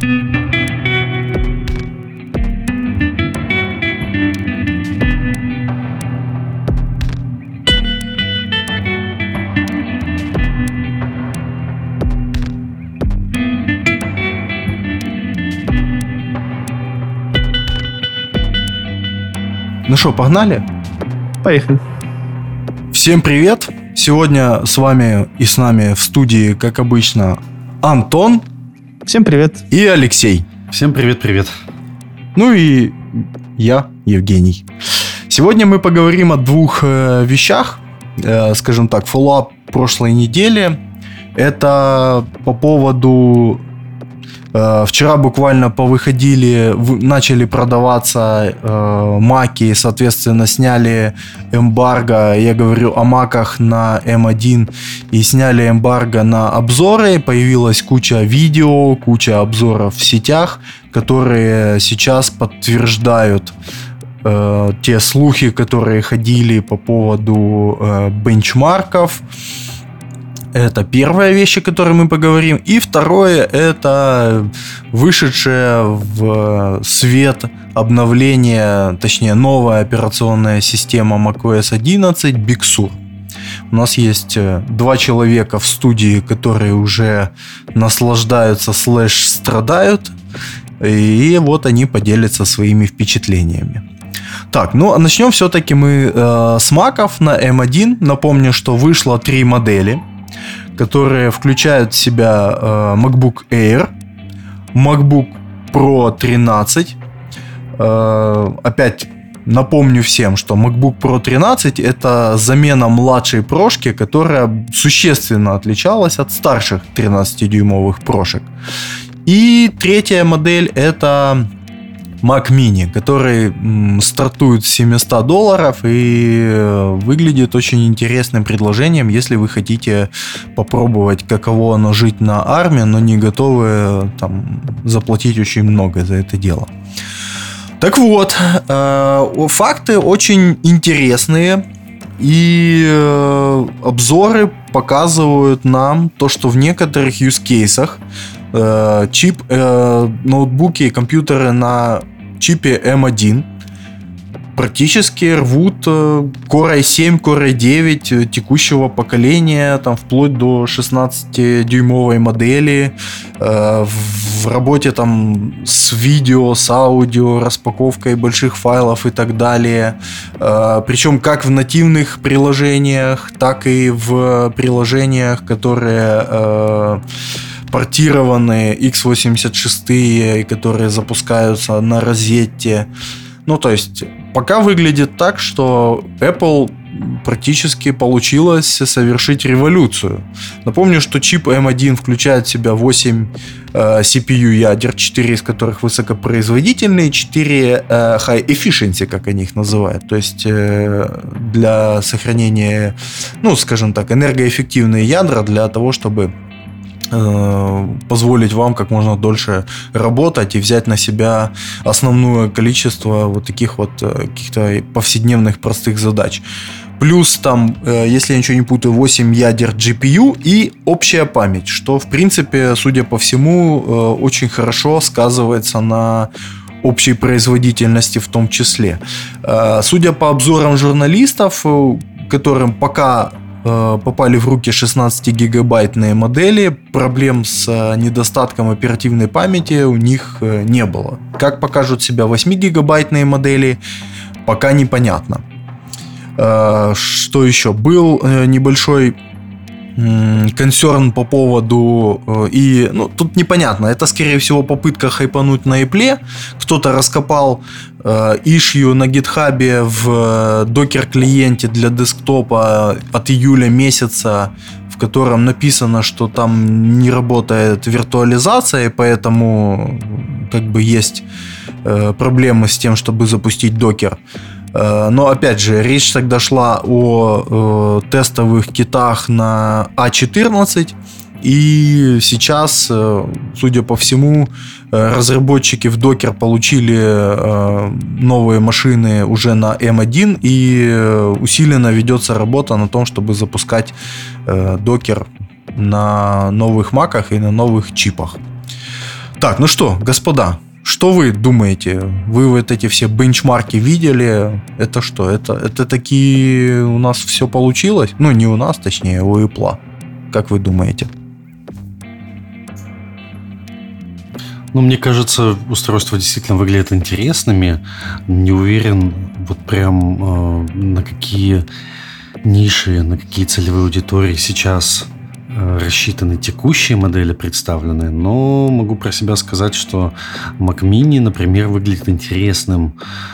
Ну что, погнали? Поехали. Всем привет! Сегодня с вами и с нами в студии, как обычно, Антон. Всем привет. И Алексей. Всем привет-привет. Ну и я, Евгений. Сегодня мы поговорим о двух вещах. Скажем так, фоллоуап прошлой недели. Это по поводу... Вчера буквально повыходили, начали продаваться маки, соответственно, сняли эмбарго, я говорю о маках на M1, и сняли эмбарго на обзоры, появилась куча видео, куча обзоров в сетях, которые сейчас подтверждают те слухи, которые ходили по поводу бенчмарков. Это первая вещь, о которой мы поговорим. И второе, это вышедшее в свет обновление, точнее, новая операционная система macOS 11 Big Sur. У нас есть два человека в студии, которые уже наслаждаются / страдают. И вот они поделятся своими впечатлениями. Так, ну а начнем все-таки мы с маков на M1. Напомню, что вышло 3 модели, которые включают в себя MacBook Air, MacBook Pro 13. Опять напомню всем, что MacBook Pro 13 это замена младшей прошки, которая существенно отличалась от старших 13-дюймовых прошек. И третья модель это Mac Mini, который стартует с $700 и выглядит очень интересным предложением, если вы хотите попробовать, каково оно жить на ARM, но не готовы там заплатить очень много за это дело. Так вот, факты очень интересные, и обзоры показывают нам то, что в некоторых use-кейсах ноутбуки и компьютеры на чипе M1 практически рвут Core i7, Core i9 текущего поколения, там, вплоть до 16-дюймовой модели, в работе там, с видео, с аудио, распаковкой больших файлов и так далее. Причем как в нативных приложениях, так и в приложениях, которые... портированные x86, которые запускаются на розетте. Ну, то есть, пока выглядит так, что Apple практически получилось совершить революцию. Напомню, что чип M1 включает в себя 8 CPU ядер, 4 из которых высокопроизводительные, 4 high efficiency, как они их называют. То есть, для сохранения, ну, скажем так, энергоэффективные ядра для того, чтобы позволить вам как можно дольше работать и взять на себя основное количество вот таких вот каких-то повседневных простых задач. Плюс там, если я ничего не путаю, 8 ядер GPU и общая память, что в принципе, судя по всему, очень хорошо сказывается на общей производительности в том числе. Судя по обзорам журналистов, которым пока попали в руки 16-гигабайтные модели, проблем с недостатком оперативной памяти у них не было. Как покажут себя 8-гигабайтные модели, пока непонятно. Что еще? Был небольшой консерн по поводу и, ну, тут непонятно, это скорее всего попытка хайпануть на Apple. Кто-то раскопал ишью на гитхабе в докер-клиенте для десктопа от июля месяца, в котором написано, что там не работает виртуализация, и поэтому как бы есть проблемы с тем, чтобы запустить докер. Но опять же, речь тогда шла о тестовых китах на A14. И сейчас, судя по всему, разработчики в Docker получили новые машины уже на M1, и усиленно ведется работа на том, чтобы запускать Docker на новых маках и на новых чипах. Так, ну что, господа, что вы думаете? Вы вот эти все бенчмарки видели? Это что? Это такие у нас все получилось? Ну, не у нас, точнее, у Apple. Как вы думаете? Ну, мне кажется, устройства действительно выглядят интересными. Не уверен, вот прям на какие ниши, на какие целевые аудитории сейчас рассчитаны текущие модели представлены, но могу про себя сказать, что Mac Mini, например, выглядит интересным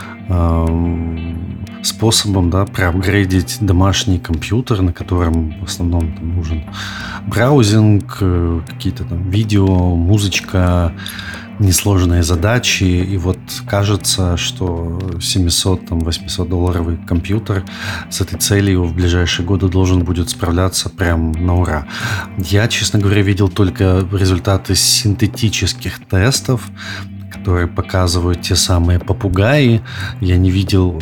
способом, да, проапгрейдить домашний компьютер, на котором в основном там нужен браузинг, какие-то там видео, музычка, несложные задачи. И вот кажется, что $700-800 компьютер с этой целью в ближайшие годы должен будет справляться прям на ура. Я, честно говоря, видел только результаты синтетических тестов, которые показывают те самые попугаи. Я не видел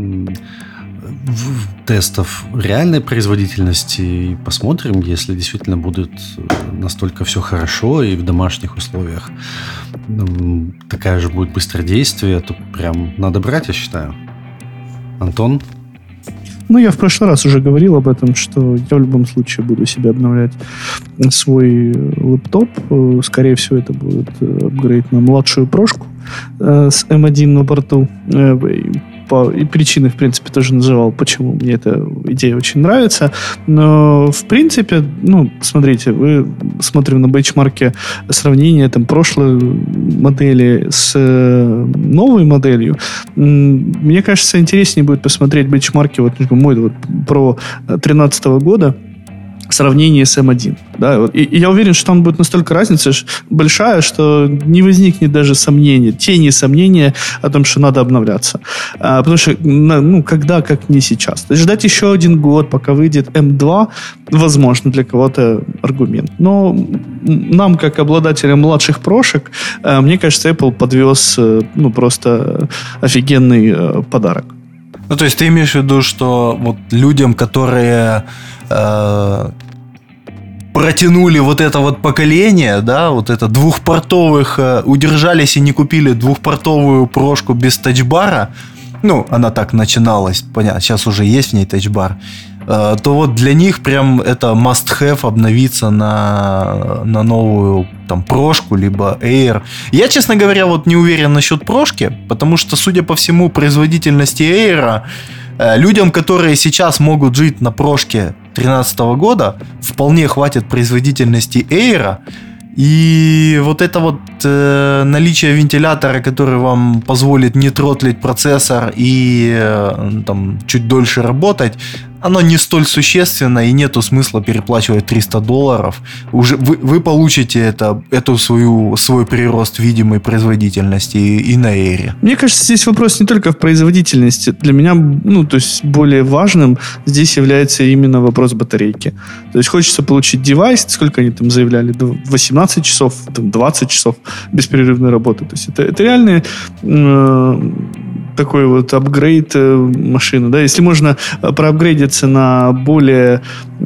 тестов реальной производительности. И посмотрим, если действительно будет настолько все хорошо и в домашних условиях такая же будет быстродействие, то прям надо брать, я считаю. Антон? Ну, я в прошлый раз уже говорил об этом, что я в любом случае буду себе обновлять свой лэптоп. Скорее всего, это будет апгрейд на младшую прошку с M1 на борту. И причины, в принципе, тоже называл, почему мне эта идея очень нравится. Но, в принципе, ну, смотрите, мы смотрим на бенчмарке сравнение там, прошлой модели с новой моделью. Мне кажется, интереснее будет посмотреть бенчмарки, вот мой вот, Pro 2013 года, в сравнении с M1. Да? И я уверен, что там будет настолько разница большая, что не возникнет даже сомнения, тени сомнения о том, что надо обновляться. Потому что, ну, когда, как не сейчас. То есть ждать еще один год, пока выйдет M2, возможно, для кого-то аргумент. Но нам, как обладателям младших прошек, мне кажется, Apple подвез ну, просто офигенный подарок. Ну, то есть ты имеешь в виду, что вот людям, которые протянули вот это вот поколение, да, вот это двухпортовых, удержались и не купили двухпортовую прошку без тачбара, ну, она так начиналась, понятно, сейчас уже есть в ней тачбар, то вот для них прям это must-have обновиться на новую там прошку, либо Air. Я, честно говоря, вот не уверен насчет прошки, потому что, судя по всему, производительности Air людям, которые сейчас могут жить на прошке 2013 года, вполне хватит производительности Air. И вот это вот наличие вентилятора, который вам позволит не тротлить процессор и там чуть дольше работать, оно не столь существенно, и нету смысла переплачивать $300. Уже вы получите свой прирост видимой производительности и на Air. Мне кажется, здесь вопрос не только в производительности. Для меня, ну, то есть более важным здесь является именно вопрос батарейки. То есть хочется получить девайс, сколько они там заявляли, 18 часов, 20 часов беспрерывной работы. То есть это реальный такой вот апгрейд машины. Да? Если можно проапгрейдиться на более...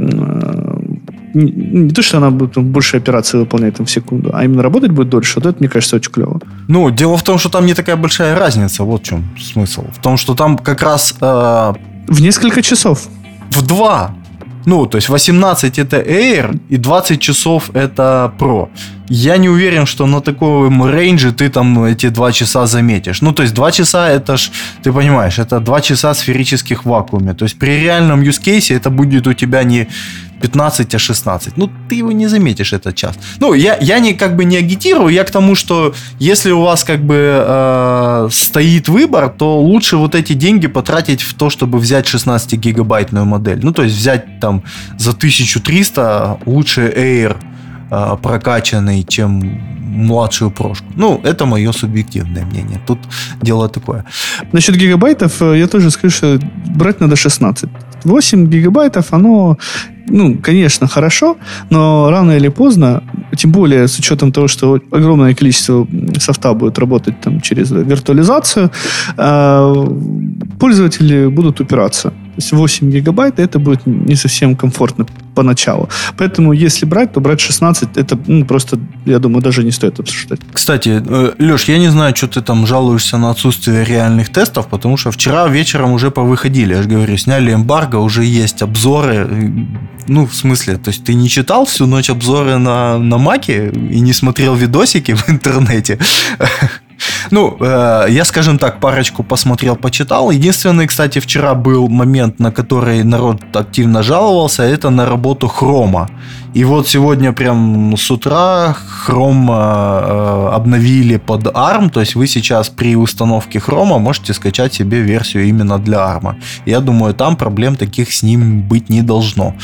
Не то, что она будет больше операций выполнять там, в секунду, а именно работать будет дольше. Вот это, мне кажется, очень клево. Ну, дело в том, что там не такая большая разница. Вот в чем смысл. В том, что там как раз... В несколько часов. В 2. Ну, то есть 18 это Air и 20 часов это Pro. Я не уверен, что на таком рейнже ты там эти 2 часа заметишь. Ну, то есть 2 часа это ж, ты понимаешь, это 2 часа сферических в вакууме. То есть при реальном юзкейсе это будет у тебя не 15, а 16. Ну, ты его не заметишь этот час. Ну, я не, как бы не агитирую, я к тому, что если у вас как бы стоит выбор, то лучше вот эти деньги потратить в то, чтобы взять 16-гигабайтную модель. Ну, то есть взять там за 1300 лучше Air прокачанный, чем младшую прошку. Ну, это мое субъективное мнение. Тут дело такое. Насчет гигабайтов я тоже скажу, что брать надо 16. 8 гигабайтов, оно, ну, конечно, хорошо, но рано или поздно, тем более с учетом того, что огромное количество софта будет работать там через виртуализацию, пользователи будут упираться. есть 8 гигабайт, это будет не совсем комфортно поначалу. Поэтому, если брать, то брать 16, это просто, я думаю, даже не стоит обсуждать. Кстати, Леш, я не знаю, что ты там жалуешься на отсутствие реальных тестов, потому что вчера вечером уже повыходили, я же говорю, сняли эмбарго, уже есть обзоры. Ну, в смысле, то есть ты не читал всю ночь обзоры на Маке и не смотрел видосики в интернете? Ну, я, скажем так, парочку посмотрел, почитал. Единственный, кстати, вчера был момент, на который народ активно жаловался, это на работу Хрома. И вот сегодня прям с утра Chrome обновили под ARM, то есть вы сейчас при установке Chrome можете скачать себе версию именно для ARM. Я думаю, там проблем таких с ним быть не должно.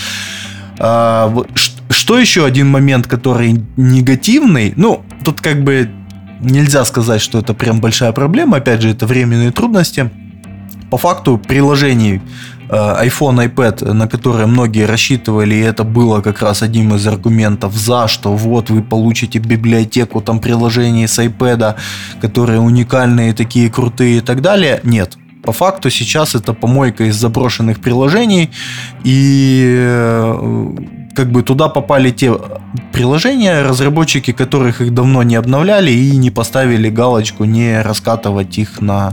Что еще один момент, который негативный? Ну, тут как бы нельзя сказать, что это прям большая проблема. Опять же, это временные трудности. По факту приложений iPhone, iPad, на которые многие рассчитывали, и это было как раз одним из аргументов за, что вот вы получите библиотеку там приложений с iPad, которые уникальные, такие крутые и так далее. Нет. По факту сейчас это помойка из заброшенных приложений, и как бы туда попали те приложения, разработчики которых их давно не обновляли и не поставили галочку не раскатывать их на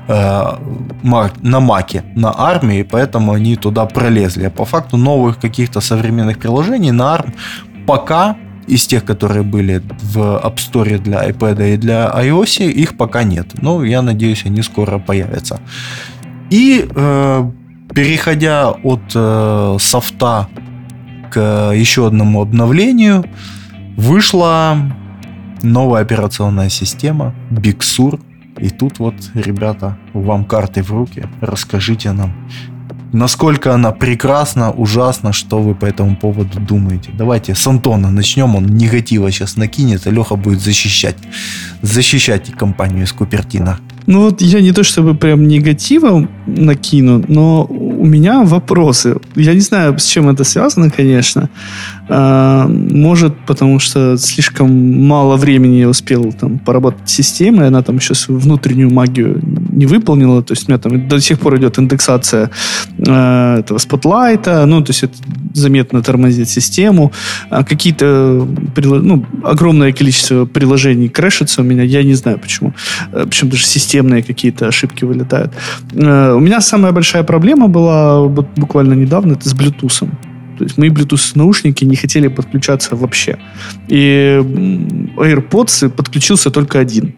Маке, на ARM, и поэтому они туда пролезли. А по факту новых каких-то современных приложений на ARM пока из тех, которые были в App Store для iPad и для iOS, их пока нет. Но я надеюсь, они скоро появятся. И переходя от софта к еще одному обновлению, вышла новая операционная система Big Sur. И тут вот, ребята, вам карты в руки. Расскажите нам, насколько она прекрасна, ужасна, что вы по этому поводу думаете. Давайте с Антона начнем, он негатива сейчас накинет, а Леха будет защищать компанию из Купертино. Ну вот я не то чтобы прям негативом накину, но у меня вопросы. Я не знаю, с чем это связано, конечно. Может, потому что слишком мало времени я успел там поработать с системой, она там сейчас внутреннюю магию не выполнила, то есть у меня там до сих пор идет индексация этого Spotlight, ну, то есть это заметно тормозит систему. Какие-то, огромное количество приложений крэшится у меня, я не знаю почему. Причем даже системные какие-то ошибки вылетают. У меня самая большая проблема была вот буквально недавно, это с Bluetooth. То есть мои Bluetooth-наушники не хотели подключаться вообще. И AirPods подключился только один.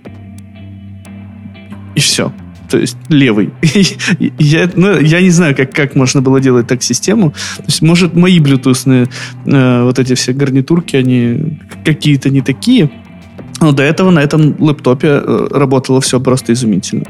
И все. То есть левый. Я не знаю, как можно было делать так систему. То есть, может, мои Bluetooth вот эти все гарнитурки, они какие-то не такие. Но до этого на этом лэптопе работало все просто изумительно.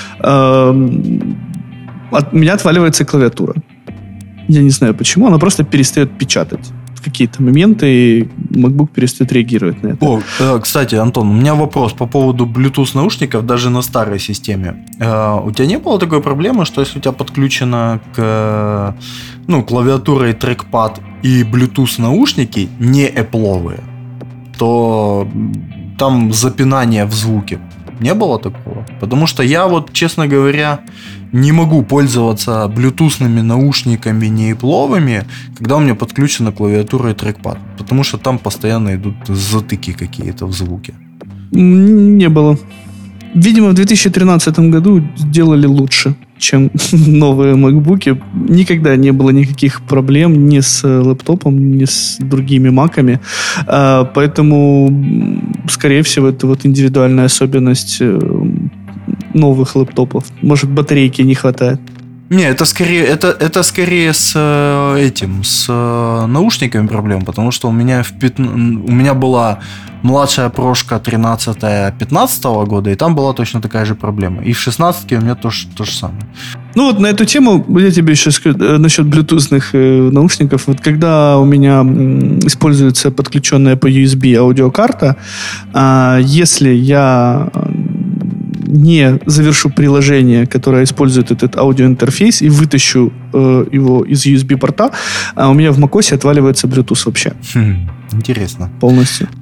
От меня отваливается клавиатура. Я не знаю почему, она просто перестает печатать в какие-то моменты, и MacBook перестает реагировать на это. Кстати, Антон, у меня вопрос по поводу Bluetooth наушников даже на старой системе. У тебя не было такой проблемы, что если у тебя подключена к клавиатура и трекпад и Bluetooth наушники не Apple'овые, то там запинание в звуке? Не было такого? Потому что я вот, честно говоря, не могу пользоваться блютусными наушниками не Apple'овыми, когда у меня подключена клавиатура и трекпад. Потому что там постоянно идут затыки какие-то в звуке. Не было. Видимо, в 2013 году сделали лучше, чем новые MacBook'и. Никогда не было никаких проблем ни с лэптопом, ни с другими маками. Поэтому, скорее всего, это вот индивидуальная особенность новых лэптопов. Может, батарейки не хватает. Не, это скорее с наушниками проблем, потому что у меня была младшая прошка 13-15 года, и там была точно такая же проблема. И в 16-ке у меня то же самое. Ну вот на эту тему я тебе еще скажу насчет блютусных наушников. Вот когда у меня используется подключенная по USB аудиокарта, если я не завершу приложение, которое использует этот аудиоинтерфейс, и вытащу его из USB-порта, у меня в macOS отваливается Bluetooth вообще. Интересно. Полностью.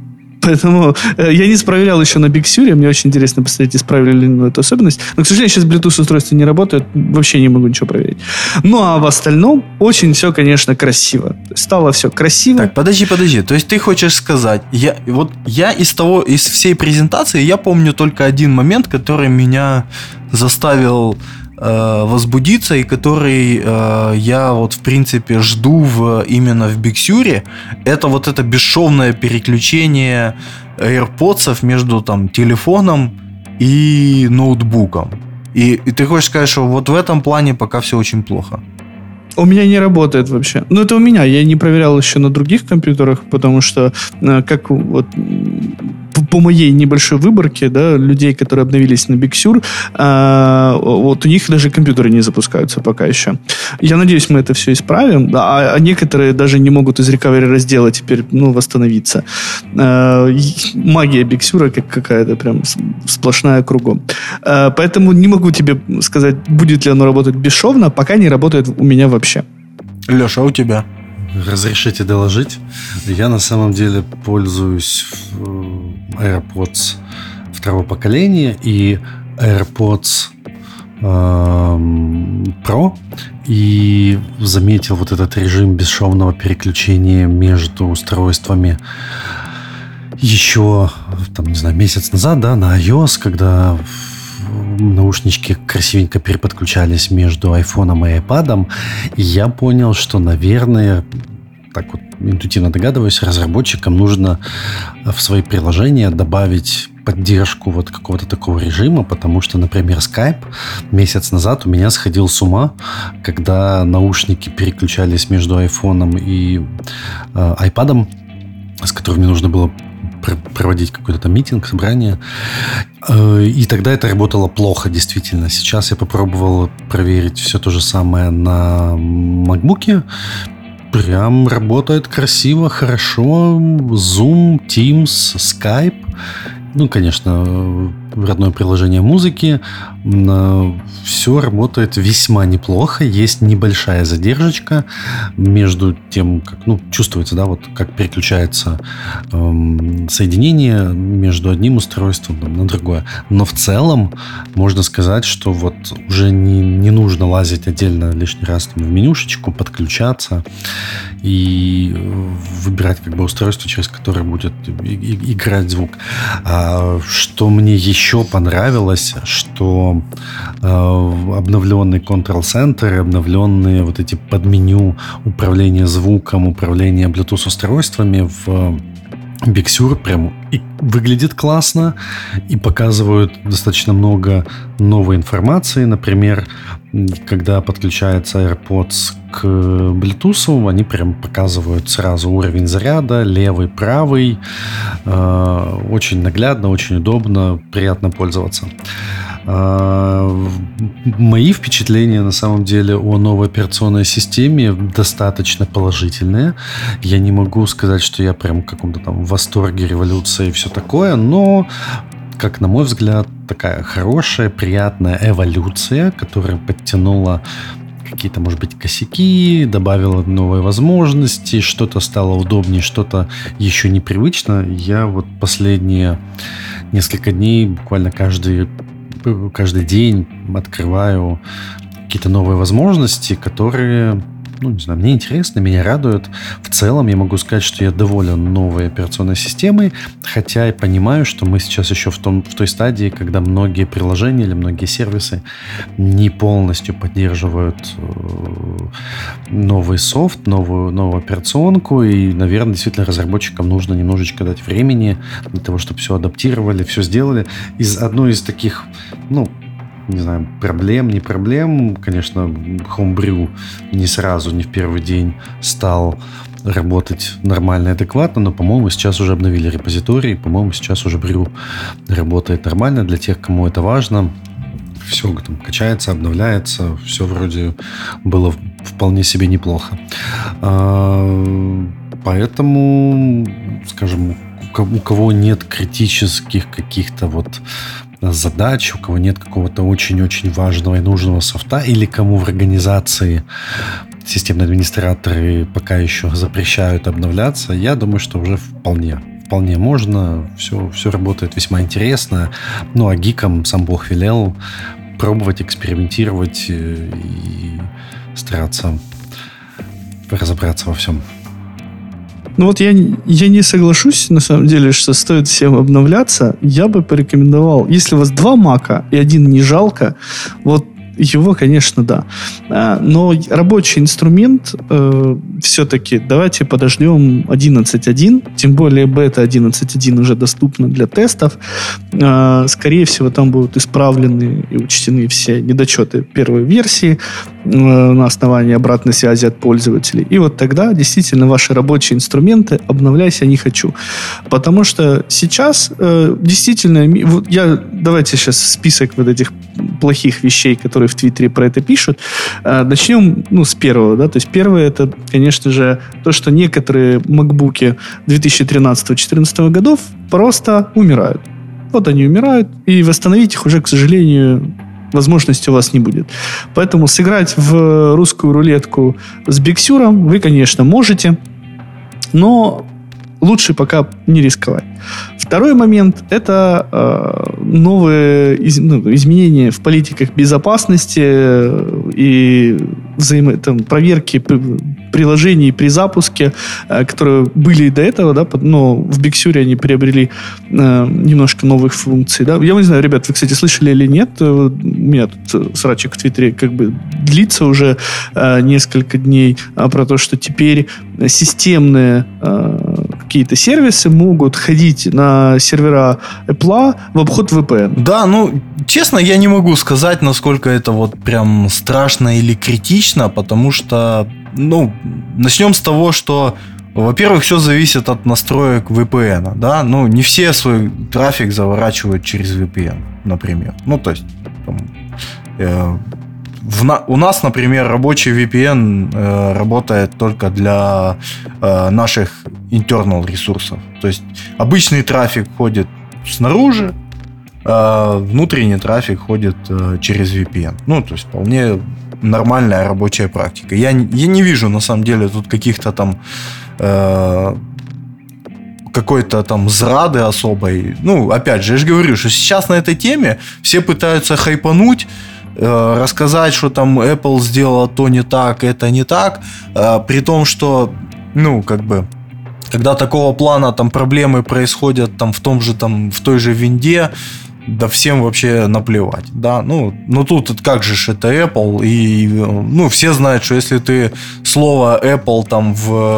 Поэтому я не проверял еще на Big Sur. Мне очень интересно посмотреть, исправили ли эту особенность. Но, к сожалению, сейчас Bluetooth устройства не работают. Вообще не могу ничего проверить. Ну, а в остальном очень все, конечно, красиво. Стало все красиво. Так, подожди. То есть ты хочешь сказать, я из всей презентации я помню только один момент, который меня заставил возбудиться и который я вот в принципе жду именно в Big Sur. Это вот это бесшовное переключение AirPods между там телефоном и ноутбуком. И ты хочешь сказать, что вот в этом плане пока все очень плохо? У меня не работает вообще. Ну, это у меня. Я не проверял еще на других компьютерах, потому что как вот по моей небольшой выборке, да, людей, которые обновились на Big Sur, вот у них даже компьютеры не запускаются пока еще. Я надеюсь, мы это все исправим. А некоторые даже не могут из recovery раздела теперь, восстановиться. Магия Big Sur какая-то прям сплошная кругом. Поэтому не могу тебе сказать, будет ли оно работать бесшовно, пока не работает у меня вообще. Леша, а у тебя? Разрешите доложить? Я на самом деле пользуюсь AirPods второго поколения и AirPods Pro и заметил вот этот режим бесшовного переключения между устройствами еще, там, не знаю, месяц назад, да, на iOS, когда наушнички красивенько переподключались между айфоном и айпадом, и я понял, что, наверное, так вот интуитивно догадываюсь, разработчикам нужно в свои приложения добавить поддержку вот какого-то такого режима, потому что, например, Skype месяц назад у меня сходил с ума, когда наушники переключались между айфоном и айпадом, с которыми нужно было проводить какой-то там митинг, собрание. И тогда это работало плохо, действительно. Сейчас я попробовал проверить все то же самое на MacBook'е. Прям работает красиво, хорошо. Zoom, Teams, Skype. Ну, конечно, родное приложение музыки. Все работает весьма неплохо. Есть небольшая задержечка между тем, как, чувствуется, да, вот как переключается соединение между одним устройством на другое. Но в целом можно сказать, что вот уже не нужно лазить отдельно лишний раз в менюшечку, подключаться и выбирать как бы устройство, через которое будет играть звук. Что мне еще понравилось, что обновленный Control Center, обновленные вот эти подменю управления звуком, управления Bluetooth устройствами в Big Sur прям и выглядит классно, и показывают достаточно много новой информации. Например, когда подключается AirPods к Bluetooth, они прям показывают сразу уровень заряда, левый, правый. Очень наглядно, очень удобно, приятно пользоваться. Мои впечатления на самом деле о новой операционной системе достаточно положительные. Я не могу сказать, что я прям в каком-то там восторге, революции и все такое, но, как на мой взгляд, такая хорошая, приятная эволюция, которая подтянула какие-то, может быть, косяки, добавила новые возможности, что-то стало удобнее, что-то еще непривычно. Я вот последние несколько дней буквально каждый день открываю какие-то новые возможности, которые, не знаю, мне интересны, меня радуют. В целом я могу сказать, что я доволен новой операционной системой, хотя и понимаю, что мы сейчас еще в той стадии, когда многие приложения или многие сервисы не полностью поддерживают новый софт, новую операционку, и, наверное, действительно разработчикам нужно немножечко дать времени для того, чтобы все адаптировали, все сделали. Одной из таких, не знаю, не проблем, конечно, Homebrew не сразу, не в первый день стал работать нормально и адекватно, но, по-моему, сейчас уже обновили репозиторий, по-моему, сейчас уже Brew работает нормально для тех, кому это важно. Все там качается, обновляется, все вроде было вполне себе неплохо. Поэтому, скажем, у кого нет критических каких-то вот задач, у кого нет какого-то очень-очень важного и нужного софта, или кому в организации системные администраторы пока еще запрещают обновляться, я думаю, что уже вполне вполне можно. Все работает весьма интересно. Ну, а гикам сам Бог велел пробовать, экспериментировать и стараться разобраться во всем. Ну вот я не соглашусь, на самом деле, что стоит всем обновляться. Я бы порекомендовал, если у вас 2 Мака и один не жалко, вот его, конечно, да. Но рабочий инструмент все-таки давайте подождем 11.1. Тем более бета 11.1 уже доступна для тестов. Скорее всего, там будут исправлены и учтены все недочеты первой версии на основании обратной связи от пользователей. И вот тогда действительно ваши рабочие инструменты обновляйся не хочу. Потому что сейчас действительно... Вот давайте сейчас список вот этих плохих вещей, которые в Твиттере про это пишут. Начнем с первого. Да? То есть первое это, конечно же, то, что некоторые макбуки 2013-2014 годов просто умирают. Вот они умирают, и восстановить их уже, к сожалению, возможности у вас не будет. Поэтому сыграть в русскую рулетку с биксюром вы, конечно, можете, но лучше пока не рисковать. Второй момент – это новые изменения в политиках безопасности и проверки приложений при запуске, которые были и до этого, да, но в Big Sur они приобрели немножко новых функций. Да. Я не знаю, ребят, вы, кстати, слышали или нет, у меня тут срачик в Твиттере как бы длится уже несколько дней про то, что теперь системные какие-то сервисы могут ходить на сервера Apple в обход VPN. Да, честно, я не могу сказать, насколько это вот прям страшно или критично, потому что, начнем с того, что, во-первых, все зависит от настроек VPN, да, не все свой трафик заворачивают через VPN, например. То есть, у нас, например, рабочий VPN работает только для наших internal ресурсов. То есть обычный трафик ходит снаружи, а внутренний трафик ходит через VPN. То есть вполне нормальная рабочая практика. Я не вижу, на самом деле, тут каких-то там какой-то там зрады особой. Опять же, я же говорю, что сейчас на этой теме все пытаются хайпануть, рассказать, что там Apple сделала то не так, это не так, при том, что, когда такого плана там проблемы происходят там в той же винде, да всем вообще наплевать, да, тут как же это Apple, и, все знают, что если ты слово Apple там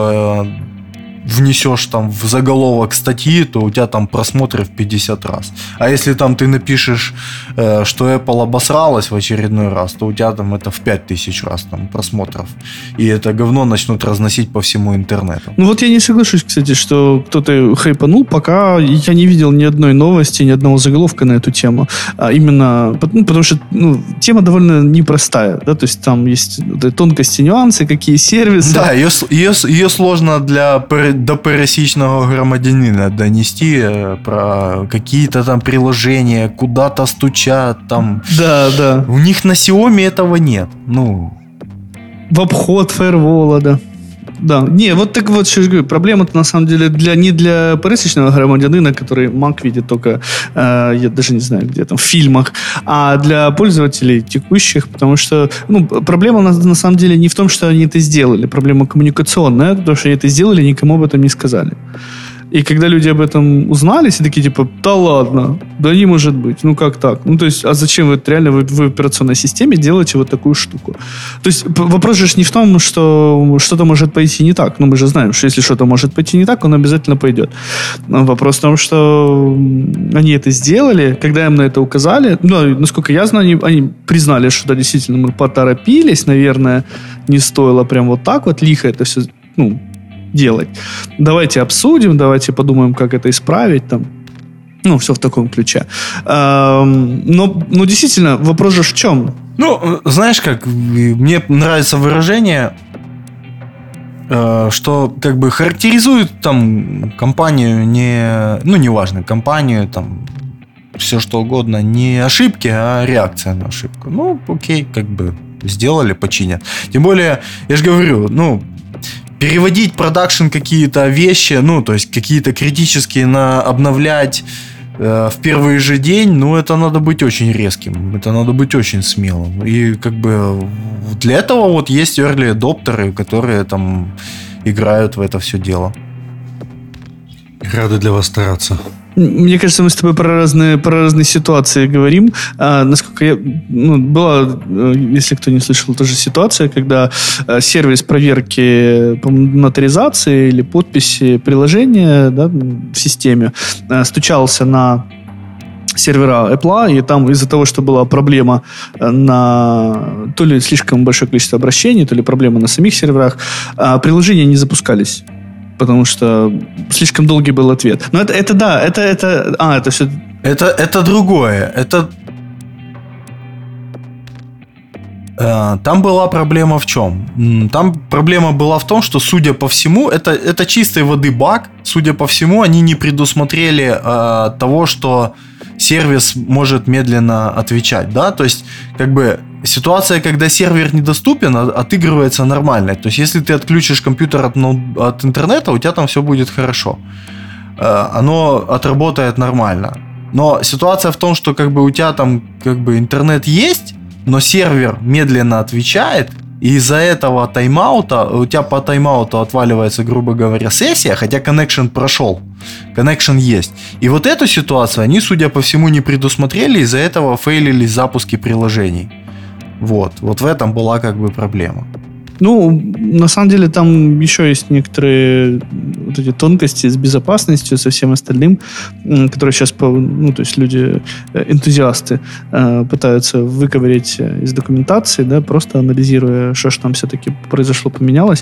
внесешь там в заголовок статьи, то у тебя там просмотров 50 раз. А если там ты напишешь, что Apple обосралась в очередной раз, то у тебя там это в 5000 раз там просмотров. И это говно начнут разносить по всему интернету. Вот я не соглашусь, кстати, что кто-то хайпанул, пока я не видел ни одной новости, ни одного заголовка на эту тему. А именно, потому что тема довольно непростая, да, то есть там есть тонкости, нюансы, какие сервисы. Да, ее сложно до пересечного громадянина донести про какие-то там приложения, куда-то стучат там. Да. У них на Xiaomi этого нет. В обход фаервола, да. Да. Не, вот так вот, что я говорю, проблема-то на самом деле не для пересечного громадянина, который Mac видит только, я даже не знаю, где там, в фильмах, а для пользователей текущих, потому что, проблема на самом деле не в том, что они это сделали, проблема коммуникационная, потому что они это сделали, никому об этом не сказали. И когда люди об этом узнали, все такие, типа, да ладно, да не может быть, как так? То есть, а зачем вы реально в операционной системе делаете вот такую штуку? То есть, вопрос же не в том, что что-то может пойти не так. Мы же знаем, что если что-то может пойти не так, он обязательно пойдет. Но вопрос в том, что они это сделали, когда им на это указали, насколько я знаю, они признали, что да, действительно, мы поторопились, наверное, не стоило прям вот так вот лихо это все, делать. Давайте обсудим, давайте подумаем, как это исправить там. Все в таком ключе. Но действительно, вопрос же в чем? Знаешь как, мне нравится выражение, что как бы характеризует там компанию неважно, компанию там все что угодно, не ошибки, а реакция на ошибку. Окей, как бы сделали, починят. Тем более, я же говорю, переводить продакшн какие-то вещи, ну, то есть какие-то критические обновлять в первый же день, ну, это надо быть очень резким, это надо быть очень смелым. И как бы для этого вот есть early adopterы, которые там играют в это все дело. Рады для вас стараться. Мне кажется, мы с тобой про разные ситуации говорим. Насколько я... была, если кто не слышал, тоже ситуация, когда сервис проверки нотаризации или подписи приложения, да, в системе стучался на сервера Apple, и там из-за того, что была проблема на то ли слишком большое количество обращений, то ли проблема на самих серверах, приложения не запускались. Потому что слишком долгий был ответ. Но это все... Это другое. Там была проблема в чем? Там проблема была в том, что, судя по всему, это чистой воды баг. Судя по всему, они не предусмотрели того, что сервис может медленно отвечать, да, то есть, как бы, ситуация, когда сервер недоступен, отыгрывается нормально, то есть, если ты отключишь компьютер от интернета, у тебя там все будет хорошо, оно отработает нормально, но ситуация в том, что, как бы, у тебя там, как бы, интернет есть, но сервер медленно отвечает, и из-за этого тайм-аута, у тебя по тайм-ауту отваливается, грубо говоря, сессия, хотя connection прошел, connection есть. И вот эту ситуацию они, судя по всему, не предусмотрели, из-за этого фейлились запуски приложений. Вот в этом была как бы проблема. Ну, на самом деле, там еще есть некоторые вот эти тонкости с безопасностью, со всем остальным, которые сейчас, ну, то есть люди, энтузиасты, пытаются выковырять из документации, да, просто анализируя, что же там все-таки произошло, поменялось.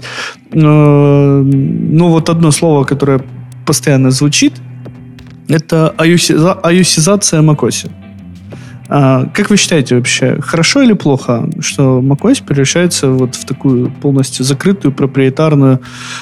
Но вот одно слово, которое постоянно звучит, это iOS-изация macOS. Как вы считаете вообще, хорошо или плохо, что macOS превращается вот в такую полностью закрытую, проприетарную,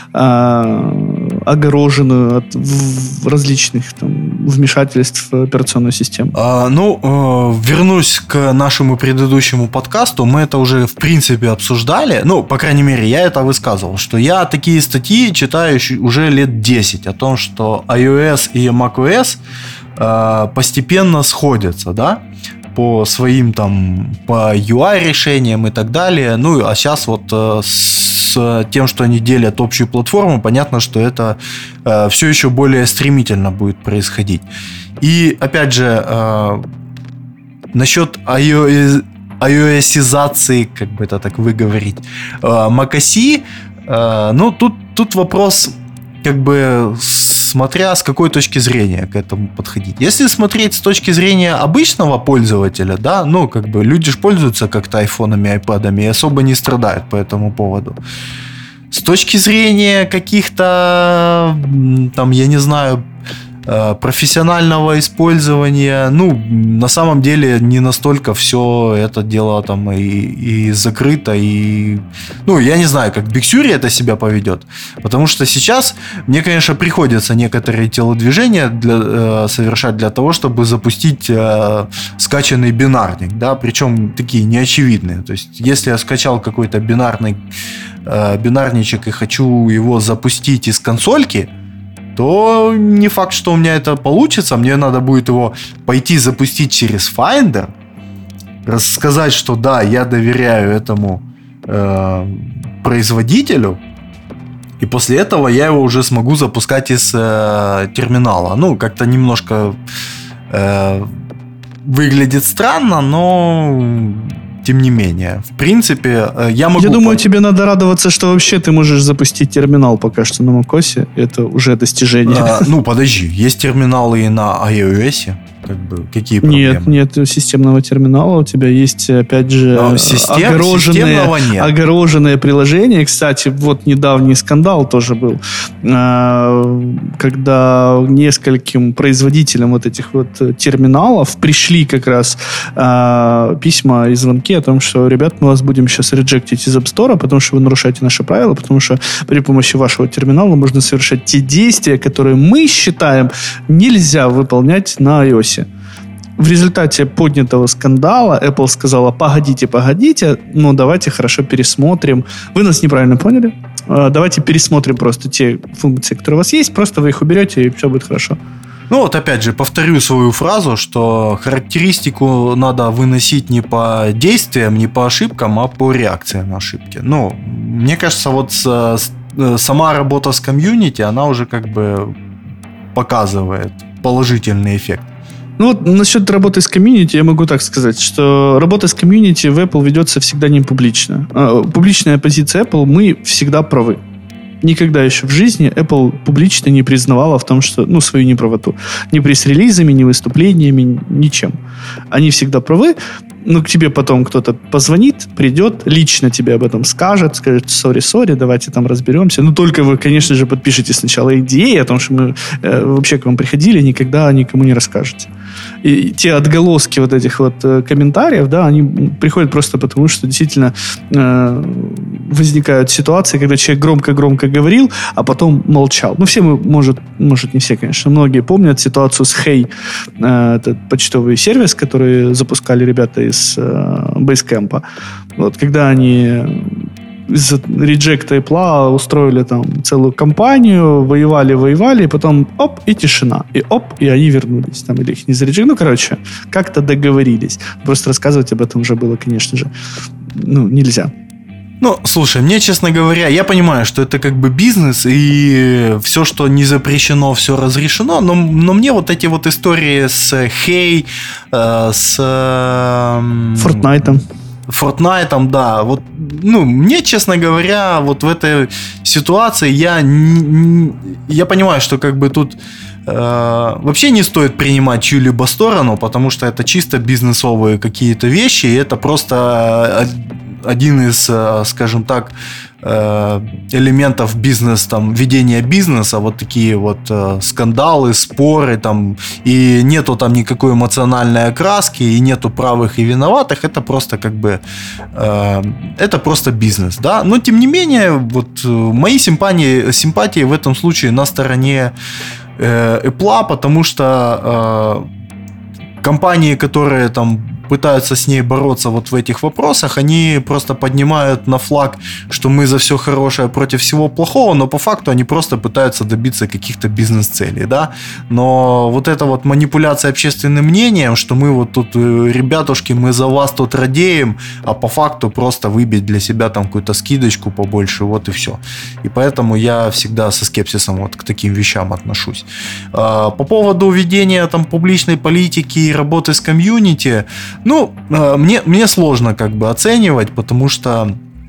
огороженную от различных там вмешательств в операционную систему? Вернусь к нашему предыдущему подкасту. Мы это уже в принципе обсуждали. Ну, по крайней мере, я это высказывал, что я такие статьи читаю уже лет 10 о том, что iOS и macOS постепенно сходятся, да, по своим там, по UI решениям и так далее. Ну, а сейчас вот с тем, что они делят общую платформу, понятно, что это все еще более стремительно будет происходить. И, опять же, насчет iOS-изации, как бы это так выговорить, macOS, ну, тут вопрос, как бы, смотря с какой точки зрения к этому подходить. Если смотреть с точки зрения обычного пользователя, да, ну, как бы, люди же пользуются как-то айфонами, айпадами и особо не страдают по этому поводу. С точки зрения каких-то, там, я не знаю, профессионального использования, ну, на самом деле не настолько все это дело там и закрыто, и, ну, я не знаю, как Big Sur это себя поведет, потому что сейчас мне, конечно, приходится некоторые телодвижения совершать для того, чтобы запустить скачанный бинарник, да, причем такие неочевидные, то есть если я скачал какой-то бинарничек и хочу его запустить из консольки, то не факт, что у меня это получится. Мне надо будет его пойти запустить через Finder, рассказать, что да, я доверяю этому производителю, и после этого я его уже смогу запускать из терминала. Ну, как-то немножко выглядит странно, но тем не менее. В принципе, я могу... Я думаю, тебе надо радоваться, что вообще ты можешь запустить терминал пока что на macOS. Это уже достижение. Ну, подожди. есть терминалы и на iOS. Как бы, какие проблемы? Нет системного терминала. У тебя есть, опять же, огороженное приложение. Кстати, вот недавний скандал тоже был, когда нескольким производителям вот этих вот терминалов пришли как раз письма и звонки о том, что, ребят, мы вас будем сейчас реджектить из App Store, потому что вы нарушаете наши правила, потому что при помощи вашего терминала можно совершать те действия, которые мы считаем нельзя выполнять на iOS. в результате поднятого скандала Apple сказала: погодите, ну давайте хорошо пересмотрим. Вы нас неправильно поняли. Давайте пересмотрим просто те функции, которые у вас есть, просто вы их уберете, и все будет хорошо. Ну вот опять же, повторю свою фразу, что характеристику надо выносить не по действиям, не по ошибкам, а по реакции на ошибки. Ну, мне кажется, вот сама работа с комьюнити, она уже как бы показывает положительный эффект. Ну вот насчет работы с комьюнити я могу так сказать, что работа с комьюнити в Apple ведется всегда не публично. Публичная позиция Apple: мы всегда правы. Никогда еще в жизни Apple публично не признавала в том, что, ну, свою неправоту. Ни пресс-релизами, ни выступлениями, ничем. Они всегда правы. Ну, к тебе потом кто-то позвонит, придет, лично тебе об этом скажет, скажет: сори, давайте там разберемся. Ну, только вы, конечно же, подпишите сначала NDA о том, что мы вообще к вам приходили, никогда никому не расскажете. И те отголоски вот этих вот комментариев, да, они приходят просто потому, что действительно возникают ситуации, когда человек громко-громко говорил, а потом молчал. Ну, все мы, может не все, конечно, многие помнят ситуацию с Hey, этот почтовый сервис, который запускали ребята из Basecamp. Вот, когда они из-за реджекта Apple устроили там целую кампанию, воевали, и потом оп, и тишина. И они вернулись. Там, или их не зареджекли. Ну, короче, как-то договорились. Просто рассказывать об этом уже было, конечно же, ну, нельзя. Ну, слушай, мне, честно говоря, я понимаю, что это как бы бизнес, и все, что не запрещено, все разрешено, но мне вот эти вот истории с Hey, с Fortnite, да, вот, ну, мне, честно говоря, вот в этой ситуации я понимаю, что как бы тут вообще не стоит принимать чью-либо сторону, потому что это чисто бизнесовые какие-то вещи, и это просто один из, скажем так, элементов ведения бизнеса, вот такие вот скандалы, споры, там, и нету там никакой эмоциональной окраски, и нету правых и виноватых, это просто как бы, это просто бизнес, да, но тем не менее, вот мои симпатии в этом случае на стороне Apple, потому что компании, которые там пытаются с ней бороться вот в этих вопросах, они просто поднимают на флаг, что мы за все хорошее против всего плохого, но по факту они просто пытаются добиться каких-то бизнес-целей, да. Но вот эта вот манипуляция общественным мнением, что мы вот тут, ребятушки, мы за вас тут радеем, а по факту просто выбить для себя там какую-то скидочку побольше, вот и все. И поэтому я всегда со скепсисом вот к таким вещам отношусь. По поводу ведения там публичной политики и работы с комьюнити, ну, мне сложно как бы оценивать, потому что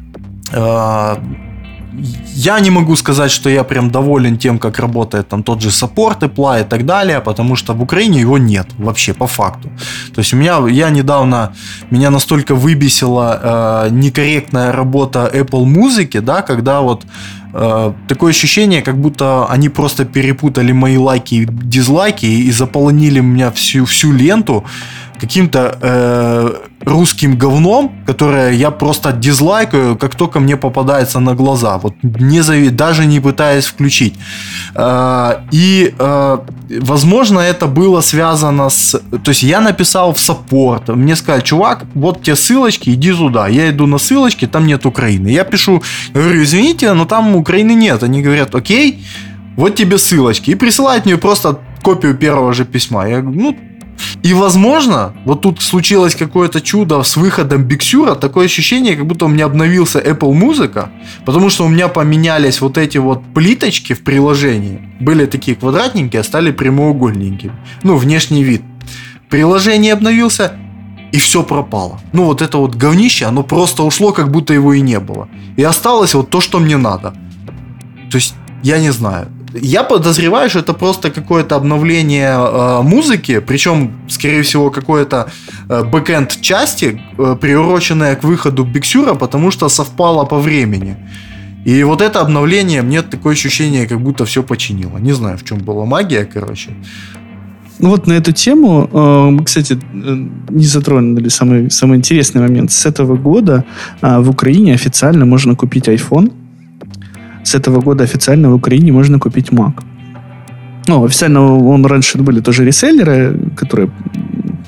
я не могу сказать, что я прям доволен тем, как работает там тот же саппорт Apple и так далее, потому что в Украине его нет вообще по факту. То есть меня настолько выбесила некорректная работа Apple музыки, да, когда вот такое ощущение, как будто они просто перепутали мои лайки и дизлайки и заполонили у меня всю ленту каким-то русским говном, которое я просто дизлайкаю, как только мне попадается на глаза, вот даже не пытаясь включить. И, возможно, это было связано с... То есть я написал в саппорт, мне сказали: чувак, вот те ссылочки, иди туда. Я иду на ссылочки, там нет Украины. Я пишу, говорю: извините, но там Украины нет. Они говорят: окей, вот тебе ссылочки. И присылают мне просто копию первого же письма. Я говорю: ну... И, возможно, вот тут случилось какое-то чудо с выходом Big Sur. Такое ощущение, как будто у меня обновился Apple Музыка, потому что у меня поменялись вот эти вот плиточки в приложении. Были такие квадратненькие, а стали прямоугольненькими. Ну, внешний вид. Приложение обновился, и все пропало. Ну, вот это вот говнище, оно просто ушло, как будто его и не было. И осталось вот то, что мне надо. То есть, я не знаю. Я подозреваю, что это просто какое-то обновление музыки, причем, скорее всего, какое-то бэкэнд части, приуроченное к выходу Big Sur, потому что совпало по времени. И вот это обновление, мне такое ощущение, как будто все починило. Не знаю, в чем была магия, короче. Ну вот на эту тему, мы, кстати, не затронули самый интересный момент. С этого года в Украине официально можно купить iPhone. С этого года официально в Украине можно купить Mac. Ну, официально раньше были тоже реселлеры, которые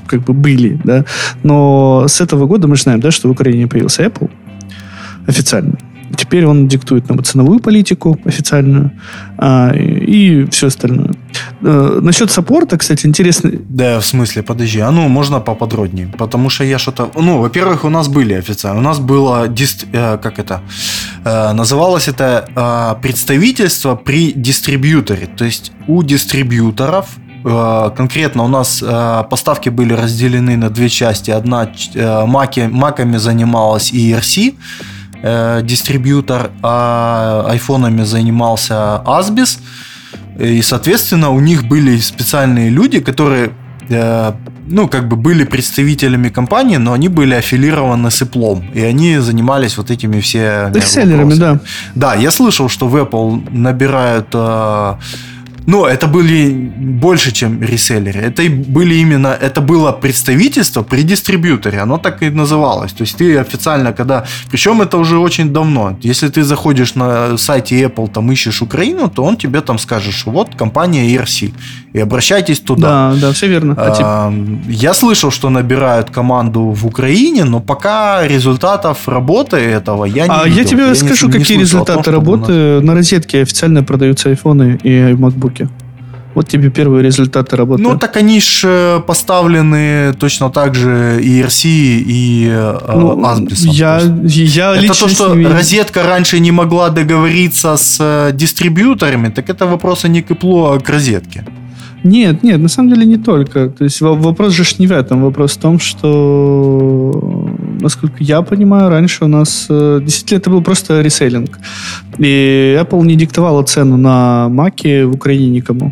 как бы были, да. Но с этого года мы же знаем, да, что в Украине появился Apple официально. Теперь он диктует нам ценовую политику официальную и все остальное. Насчет саппорта, кстати, интересно... Да, в смысле, подожди, можно поподробнее? Потому что я что-то... во-первых, у нас были официально. У нас было... называлось это представительство при дистрибьюторе. То есть у дистрибьюторов... Конкретно у нас поставки были разделены на две части. Одна маками занималась ERC, дистрибьютор, а айфонами занимался Asbis. И, соответственно, у них были специальные люди, которые были представителями компании, но они были аффилированы с Apple. И они занимались вот этими все реселлерами, да. Да, я слышал, что в Apple набирают... это были больше, чем реселлеры. Это было представительство при дистрибьюторе. Оно так и называлось. То есть ты официально, причем это уже очень давно. Если ты заходишь на сайте Apple, там ищешь Украину, то он тебе там скажет, что вот компания ERC. И обращайтесь туда. Да, все верно. Я слышал, что набирают команду в Украине, но пока результатов работы этого я не видел. Я тебе скажу, какие результаты работы. На розетке официально продаются айфоны и MacBook. Вот тебе первые результаты работы. Так они же поставлены точно так же ERC и Asbis. Это то, что розетка раньше не могла договориться с дистрибьюторами, так это вопросы не к Apple, а к розетке. Нет, на самом деле не только. То есть вопрос же не в этом. Вопрос в том, что, насколько я понимаю, раньше у нас действительно это был просто реселлинг. И Apple не диктовала цену на Mac в Украине никому.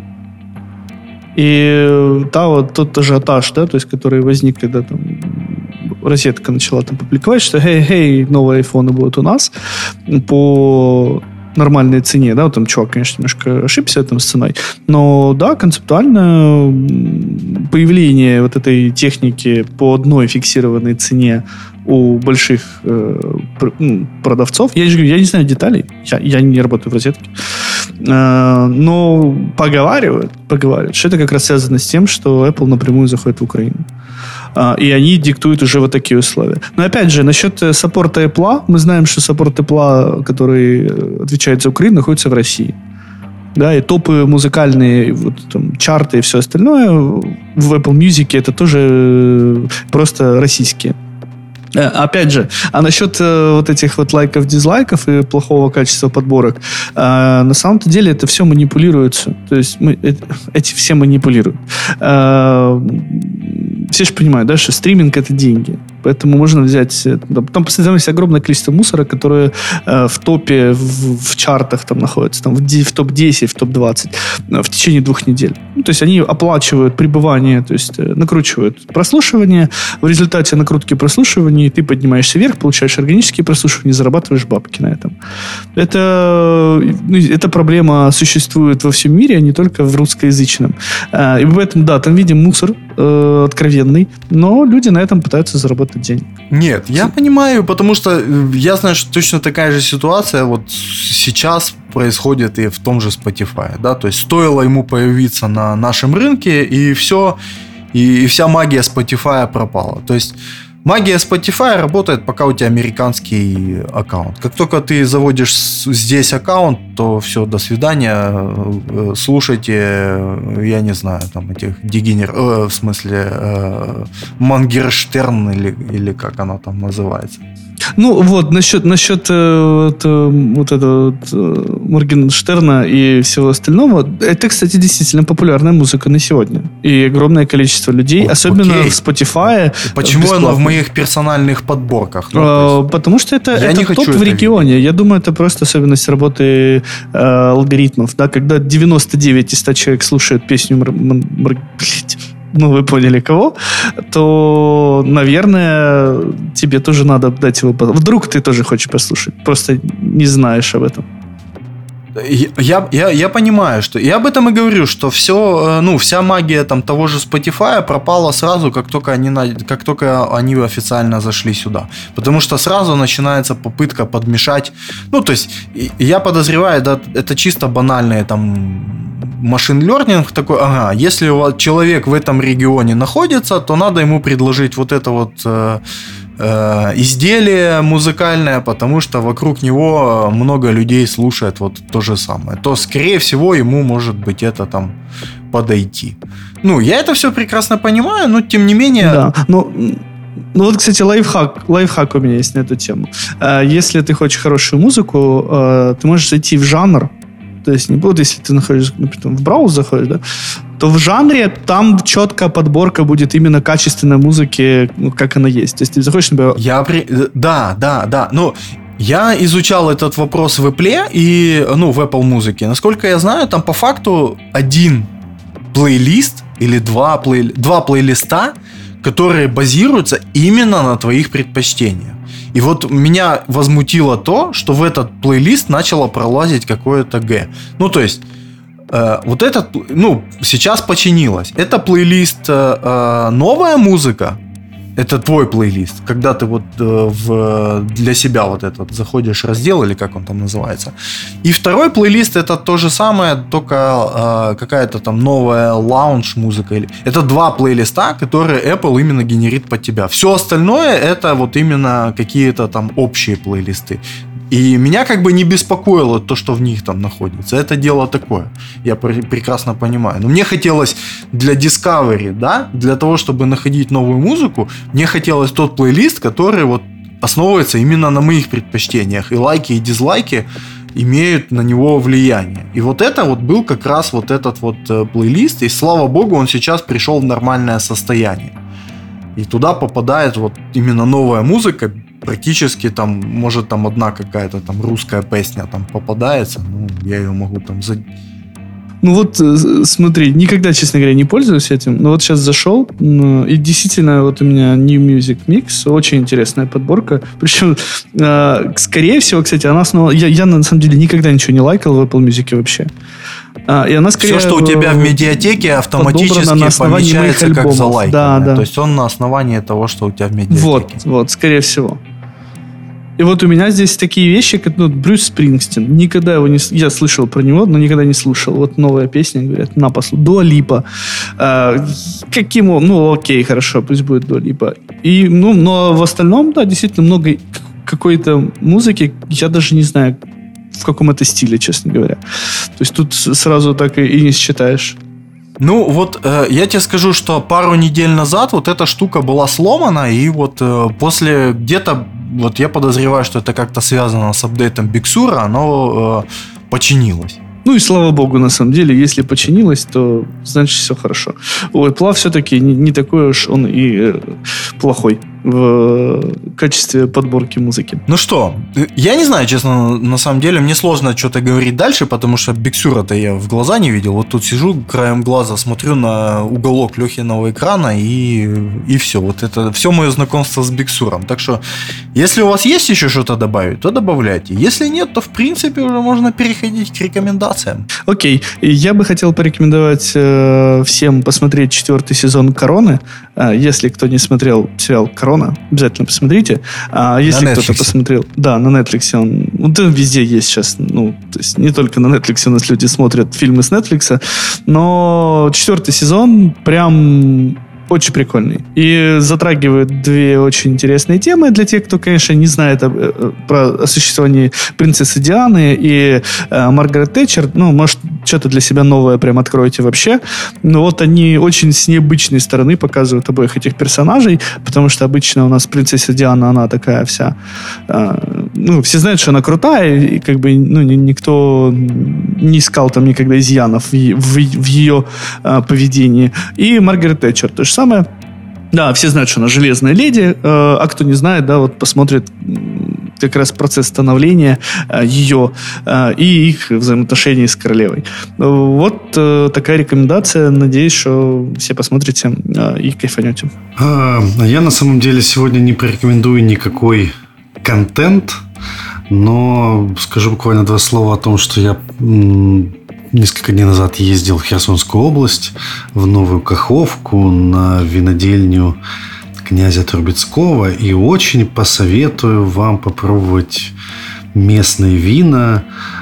И тот ажиотаж, да, то есть, который возник, когда там розетка начала там публиковать, что новые айфоны будут у нас по нормальной цене, да, вот там чувак, конечно, немножко ошибся там с ценой, но да, концептуально появление вот этой техники по одной фиксированной цене у больших продавцов, я не знаю деталей, я не работаю в розетке, но поговаривают, что это как раз связано с тем, что Apple напрямую заходит в Украину. И они диктуют уже вот такие условия. Но опять же, насчет саппорта Apple, мы знаем, что саппорт Apple, который отвечает за Украину, находится в России. Да, и топы музыкальные, вот, там, чарты и все остальное в Apple Music это тоже просто российские. Опять же, насчет вот этих вот лайков, дизлайков и плохого качества подборок, на самом-то деле это все манипулируется. То есть эти все манипулируют. Все же понимают, да, что стриминг — это деньги. Поэтому можно взять... Там постоянно есть огромное количество мусора, которое в топе, в чартах там находится, там, в топ-10, в топ-20 в течение 2 недель. То есть они оплачивают пребывание, то есть накручивают прослушивание. В результате накрутки прослушивания ты поднимаешься вверх, получаешь органические прослушивания, зарабатываешь бабки на этом. Эта проблема существует во всем мире, а не только в русскоязычном. И поэтому, да, там видим мусор откровенный, но люди на этом пытаются заработать денег. Нет, я понимаю, потому что я знаю, что точно такая же ситуация вот сейчас происходит и в том же Spotify, да, то есть стоило ему появиться на нашем рынке, и все, и вся магия Spotify пропала. То есть магия Spotify работает, пока у тебя американский аккаунт. Как только ты заводишь здесь аккаунт, то все, до свидания. Слушайте, я не знаю, там этих Мангерштерн или как оно там называется. Ну вот, насчет вот этого Моргенштерна и всего остального, это, кстати, действительно популярная музыка на сегодня. И огромное количество людей, особенно в Spotify. Почему оно в моих персональных подборках? Потому что это топ в регионе. Видеть. Я думаю, это просто особенность работы алгоритмов. Да? Когда 99 из 100 человек слушают песню вы поняли кого, то, наверное, тебе тоже надо дать его... Вдруг ты тоже хочешь послушать, просто не знаешь об этом. Я понимаю, что... Я об этом и говорю, что все, вся магия там того же Spotify пропала сразу, как только они официально зашли сюда. Потому что сразу начинается попытка подмешать... То есть, я подозреваю, да, это чисто банальный там машин learning такой, если человек в этом регионе находится, то надо ему предложить вот это вот... изделие музыкальное, потому что вокруг него много людей слушает вот то же самое, то, скорее всего, ему, может быть, это там подойти. Я это все прекрасно понимаю, но, тем не менее... Да, вот, кстати, лайфхак у меня есть на эту тему. Если ты хочешь хорошую музыку, ты можешь зайти в жанр, то есть, если ты находишься, например, в браузер заходишь, да, то в жанре там четкая подборка будет именно качественной музыки, как она есть. То есть ты заходишь, например... Да. Я изучал этот вопрос в Apple и, в Apple музыке. Насколько я знаю, там по факту один плейлист или два плейлиста, которые базируются именно на твоих предпочтениях. И вот меня возмутило то, что в этот плейлист начало пролазить какое-то Г. То есть, вот этот, сейчас починилось. Это плейлист новая музыка. Это твой плейлист. Когда ты вот для себя вот этот заходишь в раздел, или как он там называется. И второй плейлист это то же самое, только какая-то там новая лаунж музыка. Это два плейлиста, которые Apple именно генерит под тебя. Все остальное это вот именно какие-то там общие плейлисты. И меня как бы не беспокоило то, что в них там находится. Это дело такое. Я прекрасно понимаю. Но мне хотелось для Discovery, да, для того, чтобы находить новую музыку, мне хотелось тот плейлист, который вот основывается именно на моих предпочтениях. И лайки, и дизлайки имеют на него влияние. И вот это вот был как раз вот этот вот плейлист. И слава богу, он сейчас пришел в нормальное состояние. И туда попадает вот именно новая музыка. Практически там, может, там одна какая-то там русская песня там попадается, я ее могу там... смотри, никогда, честно говоря, не пользуюсь этим, но вот сейчас зашел, и действительно вот у меня New Music Mix, очень интересная подборка, причем, скорее всего, кстати, она основана... Я на самом деле никогда ничего не лайкал в Apple Music вообще. И она скорее... Все, что у тебя в медиатеке, автоматически помечается как залайканное. То есть он на основании того, что у тебя в медиатеке. Вот, скорее всего. И вот у меня здесь такие вещи, как Брюс Спрингстин. Никогда его не... Я слышал про него, но никогда не слушал. Вот новая песня, говорят, на послушай. Дуа Липа. Окей, хорошо, пусть будет Дуа Липа. И, но в остальном, да, действительно много какой-то музыки. Я даже не знаю, в каком это стиле, честно говоря. То есть тут сразу так и не считаешь. Я тебе скажу, что пару недель назад вот эта штука была сломана, и вот после где-то, вот я подозреваю, что это как-то связано с апдейтом Big Sur, оно починилось. И слава богу, на самом деле, если починилось, то значит все хорошо. У Apple все-таки не такой уж он и плохой в качестве подборки музыки. Ну что, я не знаю, честно, на самом деле, мне сложно что-то говорить дальше, потому что Big Sur-то я в глаза не видел. Вот тут сижу, краем глаза смотрю на уголок Лехиного экрана, и все. Вот это все мое знакомство с Big Sur. Так что, если у вас есть еще что-то добавить, то добавляйте. Если нет, то в принципе уже можно переходить к рекомендациям. Окей. Я бы хотел порекомендовать всем посмотреть 4-й сезон «Короны». Если кто не смотрел сериал «Корона», обязательно посмотрите. А если кто-то посмотрел... Да, на Netflix он везде есть сейчас. То есть не только на Netflix у нас люди смотрят фильмы с Netflix, но 4-й сезон прям... очень прикольный. И затрагивает две очень интересные темы для тех, кто, конечно, не знает о существовании принцессы Дианы и Маргарет Тэтчер. Может, что-то для себя новое прям откроете вообще. Но вот они очень с необычной стороны показывают обоих этих персонажей, потому что обычно у нас принцесса Диана, она такая вся... все знают, что она крутая, и как бы никто не искал там никогда изъянов в ее поведении. И Маргарет Тэтчер то же самое. Да, все знают, что она железная леди, а кто не знает, да, вот посмотрит как раз процесс становления ее и их взаимоотношений с королевой. Вот такая рекомендация. Надеюсь, что все посмотрите и кайфанете. Я на самом деле сегодня не порекомендую никакой контент. Но скажу буквально 2 слова о том, что я несколько дней назад ездил в Херсонскую область, в Новую Каховку, на винодельню князя Трубецкого. И очень посоветую вам попробовать местные вина.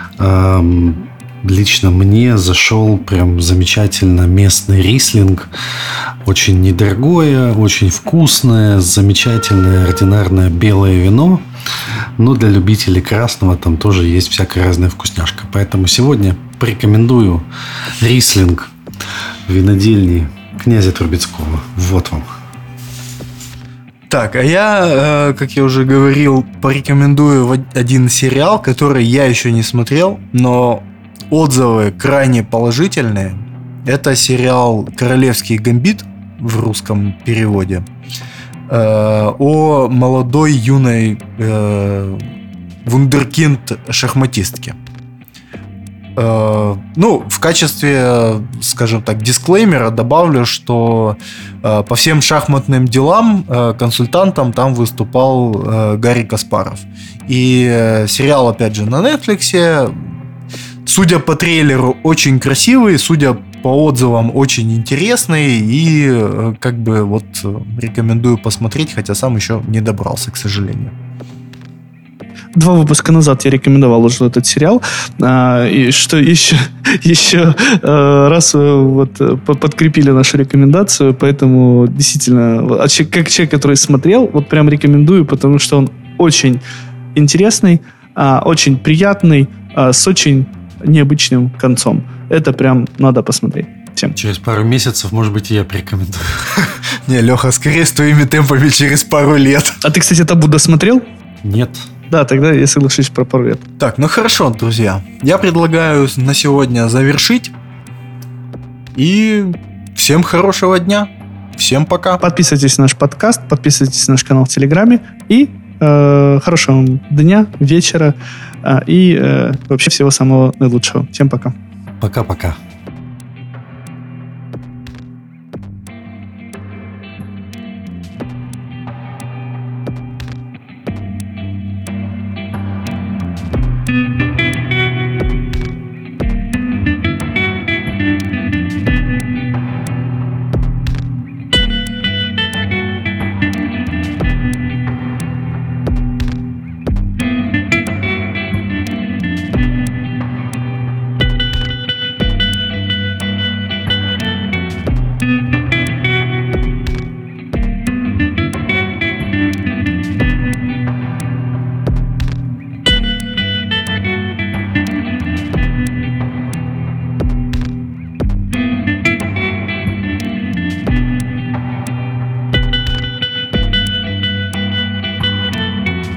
Лично мне зашел прям замечательно местный рислинг. Очень недорогое, очень вкусное, замечательное ординарное белое вино. Но для любителей красного там тоже есть всякая разная вкусняшка. Поэтому сегодня порекомендую рислинг винодельни князя Трубецкого. Вот вам. Так, а я, как я уже говорил, порекомендую один сериал, который я еще не смотрел, но отзывы крайне положительные. Это сериал «Королевский гамбит» в русском переводе. О молодой юной вундеркинд-шахматистке. В качестве, скажем так, дисклеймера добавлю, что по всем шахматным делам консультантом там выступал Гарри Каспаров. И сериал, опять же, на Netflix. Судя по трейлеру, очень красивый, судя по отзывам, очень интересный. И рекомендую посмотреть, хотя сам еще не добрался, к сожалению. 2 выпуска назад я рекомендовал уже этот сериал. И что еще раз подкрепили нашу рекомендацию. Поэтому действительно, как человек, который смотрел, вот прям рекомендую, потому что он очень интересный, очень приятный, с очень необычным концом. Это прям надо посмотреть всем. Через пару месяцев, может быть, и я порекомендую. Не, Леха, скорее с твоими темпами через пару лет. А ты, кстати, «Табу» досмотрел? Нет. Да, тогда я соглашусь про пару лет. Так, хорошо, друзья. Я предлагаю на сегодня завершить. И всем хорошего дня. Всем пока. Подписывайтесь на наш подкаст, подписывайтесь на наш канал в Телеграме. И хорошего вам дня, вечера и вообще всего самого наилучшего. Всем пока. Пока-пока.